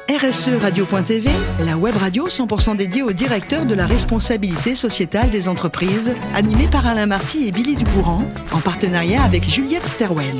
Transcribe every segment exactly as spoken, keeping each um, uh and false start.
R S E Radio point T V, la web radio cent pour cent dédiée au directeur de la responsabilité sociétale des entreprises, animée par Alain Marty et Billy Ducourant, en partenariat avec Juliette Sterwen.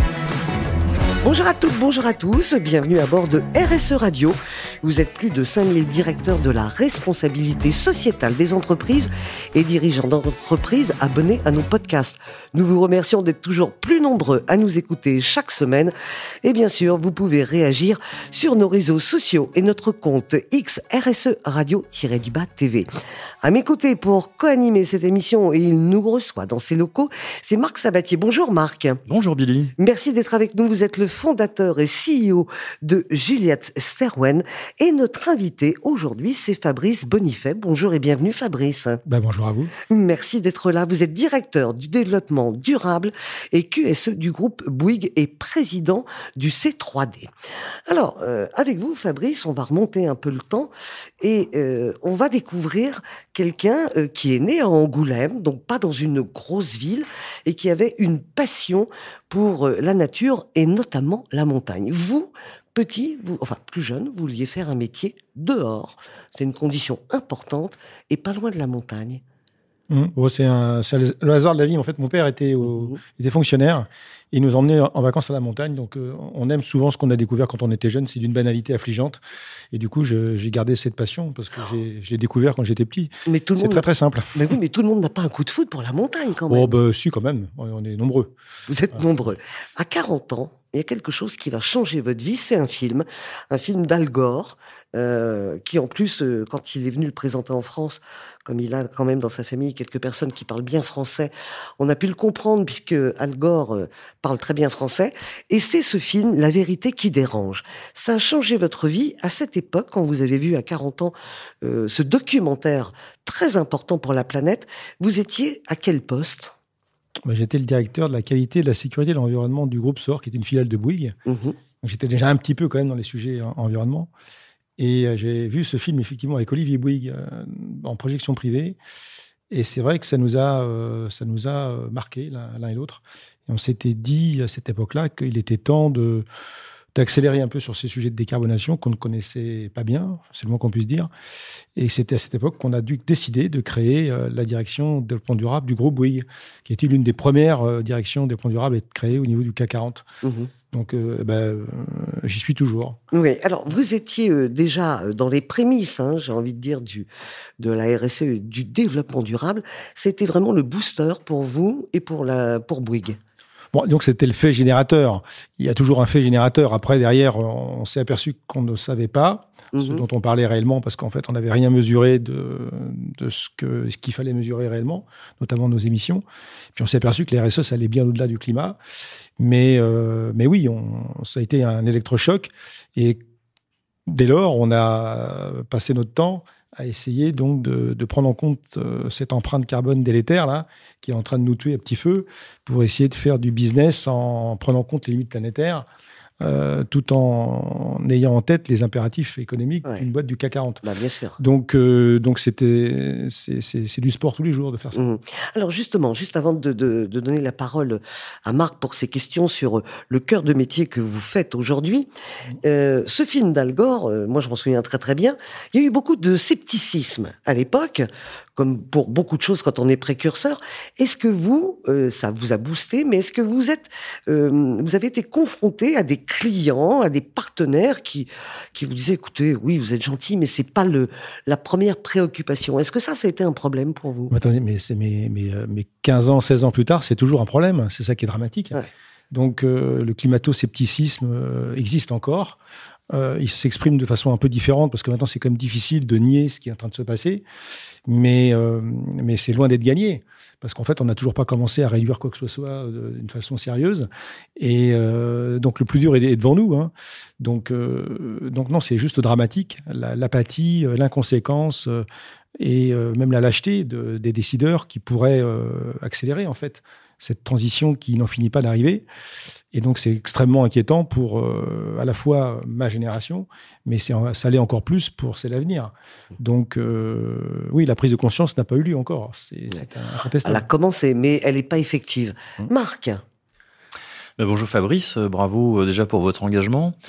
Bonjour à toutes, bonjour à tous, bienvenue à bord de R S E Radio. Vous êtes plus de cinq mille directeurs de la responsabilité sociétale des entreprises et dirigeants d'entreprises abonnés à nos podcasts. Nous vous remercions d'être toujours plus nombreux à nous écouter chaque semaine. Et bien sûr, vous pouvez réagir sur nos réseaux sociaux et notre compte X R S E Radio-du-bas T V. À mes côtés pour co-animer cette émission, et il nous reçoit dans ses locaux, c'est Marc Sabatier. Bonjour Marc. Bonjour Billy. Merci d'être avec nous. Vous êtes le fondateur et C E O de Juliette Sterwen. Et notre invité aujourd'hui, c'est Fabrice Bonifay. Bonjour et bienvenue Fabrice. Ben, bonjour à vous. Merci d'être là. Vous êtes directeur du développement durable et Q S E du groupe Bouygues et président du C trois D. Alors, euh, avec vous Fabrice, on va remonter un peu le temps et euh, on va découvrir quelqu'un euh, qui est né à Angoulême, donc pas dans une grosse ville, et qui avait une passion pour euh, la nature et notamment la montagne. Vous, petit, vous, enfin plus jeune, vous vouliez faire un métier dehors. C'est une condition importante et pas loin de la montagne. Mmh. Oh, c'est, un, c'est le hasard de la vie. En fait, mon père était, au, mmh. était fonctionnaire. Il nous emmenait en vacances à la montagne. Donc, euh, on aime souvent ce qu'on a découvert quand on était jeune. C'est d'une banalité affligeante. Et du coup, je, j'ai gardé cette passion parce que j'ai, je l'ai découvert quand j'étais petit. Mais tout le c'est monde très, très simple. Mais oui, mais tout le monde n'a pas un coup de foudre pour la montagne quand même. Oh, bah, si, quand même. On est nombreux. Vous êtes ah. nombreux. À quarante ans, il y a quelque chose qui va changer votre vie. C'est un film. Un film d'Al Gore. Euh, qui en plus, euh, quand il est venu le présenter en France, comme il a quand même dans sa famille quelques personnes qui parlent bien français, on a pu le comprendre puisque Al Gore euh, parle très bien français. Et c'est ce film, La vérité qui dérange. Ça a changé votre vie à cette époque, quand vous avez vu à quarante ans euh, ce documentaire très important pour la planète. Vous étiez à quel poste ? Bah, j'étais le directeur de la qualité, de la sécurité et de l'environnement du groupe S O R, qui était une filiale de Bouygues. Mmh. Donc, j'étais déjà un petit peu quand même dans les sujets en, environnement. Et euh, j'ai vu ce film, effectivement, avec Olivier Bouygues, euh, en projection privée. Et c'est vrai que ça nous a, euh, ça nous a marqué l'un, l'un et l'autre. Et on s'était dit, à cette époque-là, qu'il était temps de, d'accélérer un peu sur ces sujets de décarbonation qu'on ne connaissait pas bien, c'est le moins qu'on puisse dire. Et c'était à cette époque qu'on a dû décider de créer euh, la direction développement durable du groupe Bouygues, qui était l'une des premières euh, directions développement durable à être créée au niveau du C A C quarante. Mmh. Donc, euh, ben, euh, j'y suis toujours. Oui, alors vous étiez euh, déjà dans les prémices, hein, j'ai envie de dire, du, de la R S E, du développement durable. C'était vraiment le booster pour vous et pour, la, pour Bouygues. Bon, donc c'était le fait générateur. Il y a toujours un fait générateur. Après, derrière, on s'est aperçu qu'on ne savait pas mmh. ce dont on parlait réellement, parce qu'en fait, on n'avait rien mesuré de, de ce, que, ce qu'il fallait mesurer réellement, notamment nos émissions. Puis on s'est aperçu que les R S E, ça allait bien au-delà du climat. Mais, euh, mais oui, on, ça a été un électrochoc. Et dès lors, on a passé notre temps à essayer donc de, de prendre en compte euh, cette empreinte carbone délétère là, qui est en train de nous tuer à petit feu, pour essayer de faire du business en prenant en compte les limites planétaires, euh, tout en ayant en tête les impératifs économiques ouais. d'une boîte du C A C quarante. Bah, bien sûr. Donc, euh, donc c'était, c'est, c'est, c'est du sport tous les jours de faire ça. Mmh. Alors justement, juste avant de, de, de donner la parole à Marc pour ses questions sur le cœur de métier que vous faites aujourd'hui, mmh. euh, ce film d'Al Gore, euh, moi je m'en souviens très très bien, il y a eu beaucoup de scepticisme à l'époque, comme pour beaucoup de choses quand on est précurseur. Est-ce que vous, euh, ça vous a boosté, mais est-ce que vous êtes, euh, vous avez été confronté à des clients, à des partenaires qui, qui vous disaient, écoutez, oui, vous êtes gentil, mais c'est pas le, la première préoccupation. Est-ce que ça, ça a été un problème pour vous ? Mais attendez, mais, c'est mes, mes, mes quinze ans, seize ans plus tard, c'est toujours un problème. C'est ça qui est dramatique. Ouais. Donc, euh, le climato-scepticisme euh, existe encore. Euh, il s'exprime de façon un peu différente, parce que maintenant, c'est quand même difficile de nier ce qui est en train de se passer. Mais, euh, mais c'est loin d'être gagné, parce qu'en fait, on n'a toujours pas commencé à réduire quoi que ce soit d'une façon sérieuse. Et euh, donc, le plus dur est devant nous. Hein. Donc, euh, donc, non, c'est juste dramatique. La, l'apathie, l'inconséquence euh, et euh, même la lâcheté de, des décideurs qui pourraient euh, accélérer, en fait, cette transition qui n'en finit pas d'arriver. Et donc, c'est extrêmement inquiétant pour euh, à la fois ma génération, mais c'est, ça l'est encore plus pour celle à venir. Donc, euh, oui, la prise de conscience n'a pas eu lieu encore. C'est, c'est incontestable. Elle a commencé, mais elle n'est pas effective. Mmh. Marc ? Ben bonjour Fabrice, bravo déjà pour votre engagement.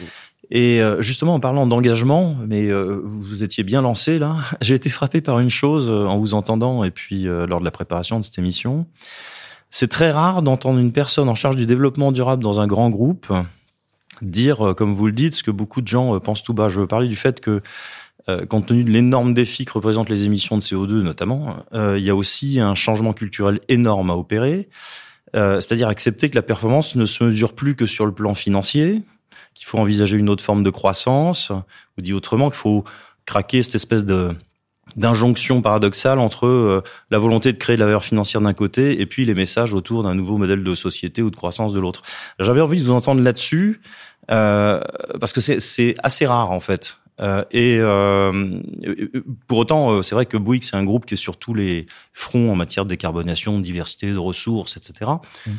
Et euh, justement, en parlant d'engagement, mais euh, vous étiez bien lancé là, j'ai été frappé par une chose euh, en vous entendant et puis euh, lors de la préparation de cette émission. C'est très rare d'entendre une personne en charge du développement durable dans un grand groupe dire, euh, comme vous le dites, ce que beaucoup de gens euh, pensent tout bas. Je veux parler du fait que Euh, compte tenu de l'énorme défi que représentent les émissions de C O deux notamment, euh, il y a aussi un changement culturel énorme à opérer, euh, c'est-à-dire accepter que la performance ne se mesure plus que sur le plan financier, qu'il faut envisager une autre forme de croissance, ou dit autrement qu'il faut craquer cette espèce de d'injonction paradoxale entre euh, la volonté de créer de la valeur financière d'un côté et puis les messages autour d'un nouveau modèle de société ou de croissance de l'autre. J'avais envie de vous entendre là-dessus, euh, parce que c'est, c'est assez rare en fait. Euh, et euh, pour autant, euh, c'est vrai que Bouygues, c'est un groupe qui est sur tous les fronts en matière de décarbonation, de diversité, de ressources, et cetera. Mmh.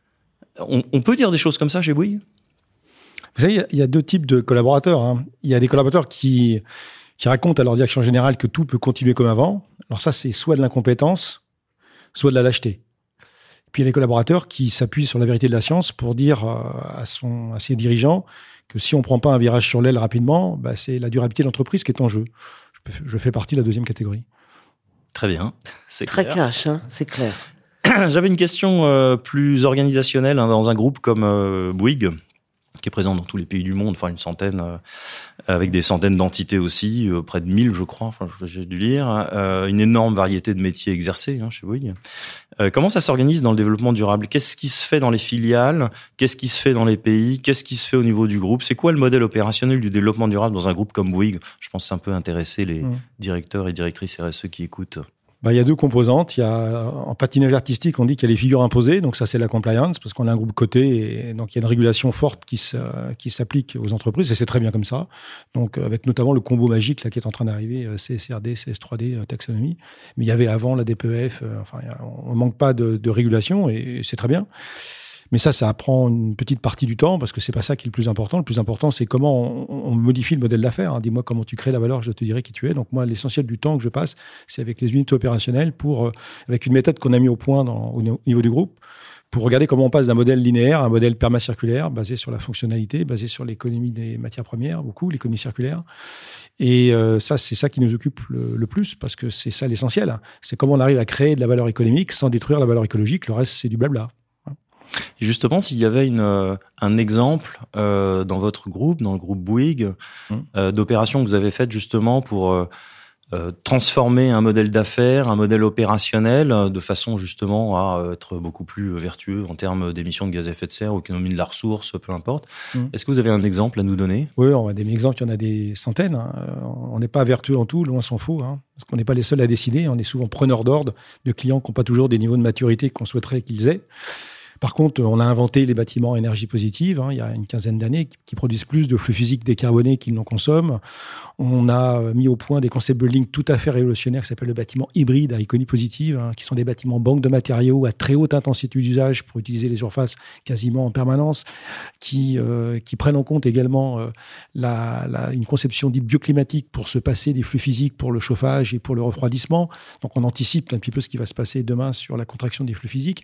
On, on peut dire des choses comme ça chez Bouygues ? Vous savez, il y, y a deux types de collaborateurs. Hein. Il y a des collaborateurs qui, qui racontent à leur direction générale que tout peut continuer comme avant. Alors ça, c'est soit de l'incompétence, soit de la lâcheté. Puis il y a les collaborateurs qui s'appuient sur la vérité de la science pour dire à, son, à ses dirigeants que si on ne prend pas un virage sur l'aile rapidement, bah c'est la durabilité de l'entreprise qui est en jeu. Je, je fais partie de la deuxième catégorie. Très bien, c'est Très clair. cash, hein, c'est clair. J'avais une question euh, plus organisationnelle hein, dans un groupe comme euh, Bouygues, qui est présent dans tous les pays du monde, enfin une centaine, euh, avec des centaines d'entités aussi, euh, près de mille je crois, enfin j'ai dû lire, euh, une énorme variété de métiers exercés hein, chez Bouygues. Euh, comment ça s'organise dans le développement durable ? Qu'est-ce qui se fait dans les filiales ? Qu'est-ce qui se fait dans les pays ? Qu'est-ce qui se fait au niveau du groupe ? C'est quoi le modèle opérationnel du développement durable dans un groupe comme Bouygues ? Je pense que ça peut intéresser les mmh. directeurs et directrices R S E qui écoutent. Bah, il y a deux composantes. Il y a, en patinage artistique, on dit qu'il y a les figures imposées. Donc ça, c'est la compliance, parce qu'on a un groupe coté. Et donc, il y a une régulation forte qui, se, qui s'applique aux entreprises. Et c'est très bien comme ça. Donc, avec notamment le combo magique là, qui est en train d'arriver, C S R D, C S trois D, taxonomie. Mais il y avait avant la D P E F. Euh, enfin, on ne manque pas de, de régulation et c'est très bien. Mais ça, ça prend une petite partie du temps parce que c'est pas ça qui est le plus important. Le plus important, c'est comment on, on modifie le modèle d'affaires. Hein. Dis-moi comment tu crées la valeur, je te dirai qui tu es. Donc moi, l'essentiel du temps que je passe, c'est avec les unités opérationnelles pour, euh, avec une méthode qu'on a mis au point dans, au niveau du groupe, pour regarder comment on passe d'un modèle linéaire à un modèle permacirculaire basé sur la fonctionnalité, basé sur l'économie des matières premières, beaucoup, l'économie circulaire. Et euh, ça, c'est ça qui nous occupe le, le plus parce que c'est ça l'essentiel. Hein. C'est comment on arrive à créer de la valeur économique sans détruire la valeur écologique. Le reste, c'est du blabla. Et justement, s'il y avait une, euh, un exemple euh, dans votre groupe, dans le groupe Bouygues, mmh. euh, d'opérations que vous avez faites justement pour euh, euh, transformer un modèle d'affaires, un modèle opérationnel, euh, de façon justement à être beaucoup plus vertueux en termes d'émissions de gaz à effet de serre, ou économie de la ressource, peu importe. Mmh. Est-ce que vous avez un exemple à nous donner ? Oui, on a des exemples, il y en a des centaines. Hein. On n'est pas vertueux en tout, loin s'en faut. Hein. Parce qu'on n'est pas les seuls à décider. On est souvent preneurs d'ordre de clients qui n'ont pas toujours des niveaux de maturité qu'on souhaiterait qu'ils aient. Par contre, on a inventé les bâtiments à énergie positive, hein, il y a une quinzaine d'années, qui, qui produisent plus de flux physiques décarbonés qu'ils n'en consomment. On a mis au point des concepts building tout à fait révolutionnaires qui s'appellent le bâtiment hybride à économie positive, hein, qui sont des bâtiments banques de matériaux à très haute intensité d'usage pour utiliser les surfaces quasiment en permanence, qui, euh, qui prennent en compte également euh, la, la, une conception dite bioclimatique pour se passer des flux physiques pour le chauffage et pour le refroidissement. Donc on anticipe un petit peu ce qui va se passer demain sur la contraction des flux physiques.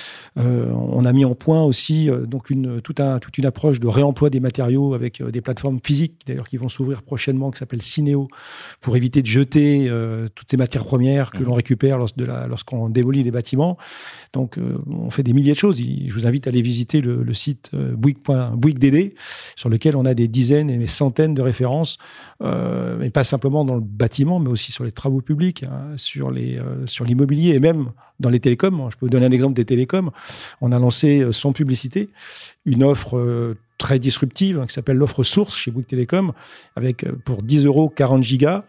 Euh, on a mis en point aussi euh, donc une, tout un, toute une approche de réemploi des matériaux avec euh, des plateformes physiques d'ailleurs qui vont s'ouvrir prochainement, qui s'appelle Cinéo, pour éviter de jeter euh, toutes ces matières premières que mmh. l'on récupère lors de la, lorsqu'on démolit les bâtiments. Donc euh, on fait des milliers de choses. Je vous invite à aller visiter le, le site euh, bouygues.bouyguesdd sur lequel on a des dizaines et des centaines de références, euh, et pas simplement dans le bâtiment, mais aussi sur les travaux publics, hein, sur, les, euh, sur l'immobilier et même dans les télécoms. Je peux vous donner un exemple des télécoms. On a lancé sans publicité une offre euh, très disruptive hein, qui s'appelle l'offre source chez Bouygues Télécom avec euh, pour dix euros quarante gigas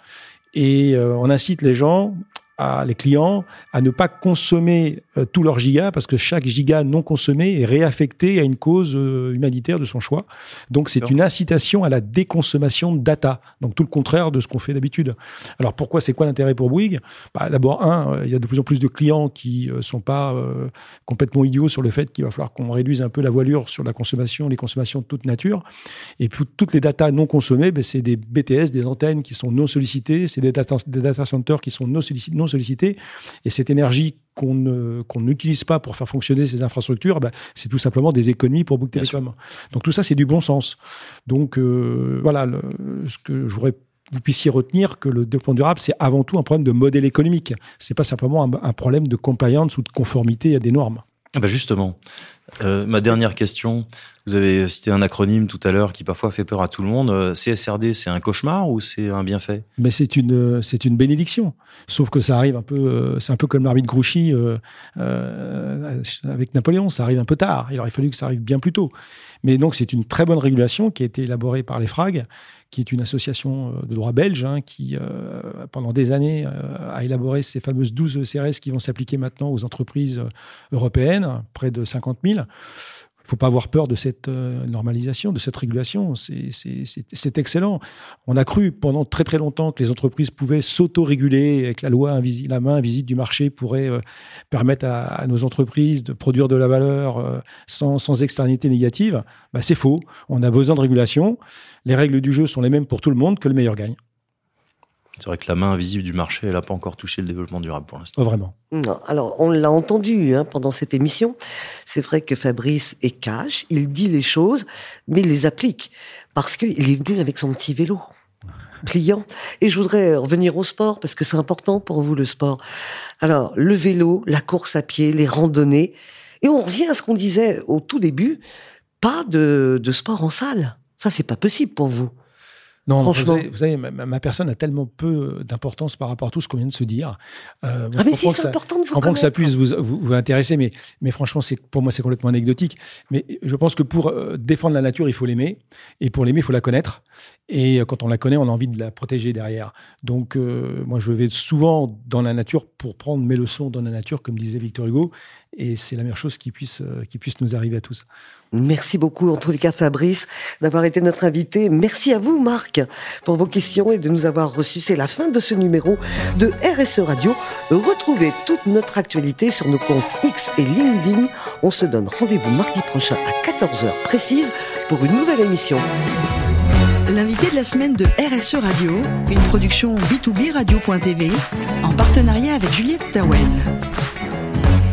et euh, on incite les gens, à, les clients, à ne pas consommer euh, tous leurs gigas parce que chaque giga non consommé est réaffecté à une cause euh, humanitaire de son choix. Donc c'est une incitation à la déconsommation de data. Donc tout le contraire de ce qu'on fait d'habitude. Alors pourquoi, c'est quoi l'intérêt pour Bouygues ? Bah, d'abord, un, euh, il y a de plus en plus de clients qui ne euh, sont pas euh, complètement idiots sur le fait qu'il va falloir qu'on réduise un peu la voilure sur la consommation, les consommations de toute nature. Et puis toutes les datas non consommées, bah, c'est des B T S, des antennes qui sont non sollicitées, c'est des data, des data centers qui sont non sollicités, non sollicité. Et cette énergie qu'on ne, qu'on n'utilise pas pour faire fonctionner ces infrastructures, bah, c'est tout simplement des économies pour Bouygues Telecom. Donc tout ça, c'est du bon sens. Donc euh, voilà, le, ce que je voudrais vous puissiez retenir que le développement durable, c'est avant tout un problème de modèle économique. C'est pas simplement un, un problème de compliance ou de conformité à des normes. Ah bah justement, euh, ma dernière question, vous avez cité un acronyme tout à l'heure qui parfois fait peur à tout le monde. C S R D, c'est un cauchemar ou c'est un bienfait ? Mais c'est une, c'est une bénédiction. Sauf que ça arrive un peu, c'est un peu comme l'arbitre Grouchy euh, euh, avec Napoléon, ça arrive un peu tard. Il aurait fallu que ça arrive bien plus tôt. Mais donc c'est une très bonne régulation qui a été élaborée par l'EFRAG, qui est une association de droit belge, hein, qui, euh, pendant des années, euh, a élaboré ces fameuses douze E C R S qui vont s'appliquer maintenant aux entreprises européennes, près de cinquante mille. Il ne faut pas avoir peur de cette euh, normalisation, de cette régulation. C'est, c'est, c'est, c'est excellent. On a cru pendant très très longtemps que les entreprises pouvaient s'auto-réguler et que la loi invisible, la main invisible du marché pourrait euh, permettre à, à nos entreprises de produire de la valeur euh, sans, sans externalité négative. Bah, c'est faux. On a besoin de régulation. Les règles du jeu sont les mêmes pour tout le monde, que le meilleur gagne. C'est vrai que la main invisible du marché, elle n'a pas encore touché le développement durable pour l'instant. Pas vraiment. Non. Alors, on l'a entendu hein, pendant cette émission. C'est vrai que Fabrice est cash, il dit les choses, mais il les applique. Parce qu'il est venu avec son petit vélo pliant. Et je voudrais revenir au sport, parce que c'est important pour vous, le sport. Alors, le vélo, la course à pied, les randonnées. Et on revient à ce qu'on disait au tout début, pas de, de sport en salle. Ça, c'est pas possible pour vous. Non, franchement. Vous savez, vous savez ma, ma personne a tellement peu d'importance par rapport à tout ce qu'on vient de se dire. Euh, ah mais si, c'est ça, important de vous Je comprends que ça puisse vous, vous, vous intéresser, mais, mais franchement, c'est, pour moi, c'est complètement anecdotique. Mais je pense que pour défendre la nature, il faut l'aimer. Et pour l'aimer, il faut la connaître. Et quand on la connaît, on a envie de la protéger derrière. Donc, euh, moi, je vais souvent dans la nature pour prendre mes leçons dans la nature, comme disait Victor Hugo. Et c'est la meilleure chose qui puisse, euh, qui puisse nous arriver à tous. Merci beaucoup, en tous les cas, Fabrice, d'avoir été notre invité. Merci à vous, Marc, pour vos questions et de nous avoir reçus. C'est la fin de ce numéro de R S E Radio. Retrouvez toute notre actualité sur nos comptes X et LinkedIn. On se donne rendez-vous mardi prochain à quatorze heures précise pour une nouvelle émission. L'invité de la semaine de R S E Radio, une production B deux B radio point T V en partenariat avec Juliette Stawen.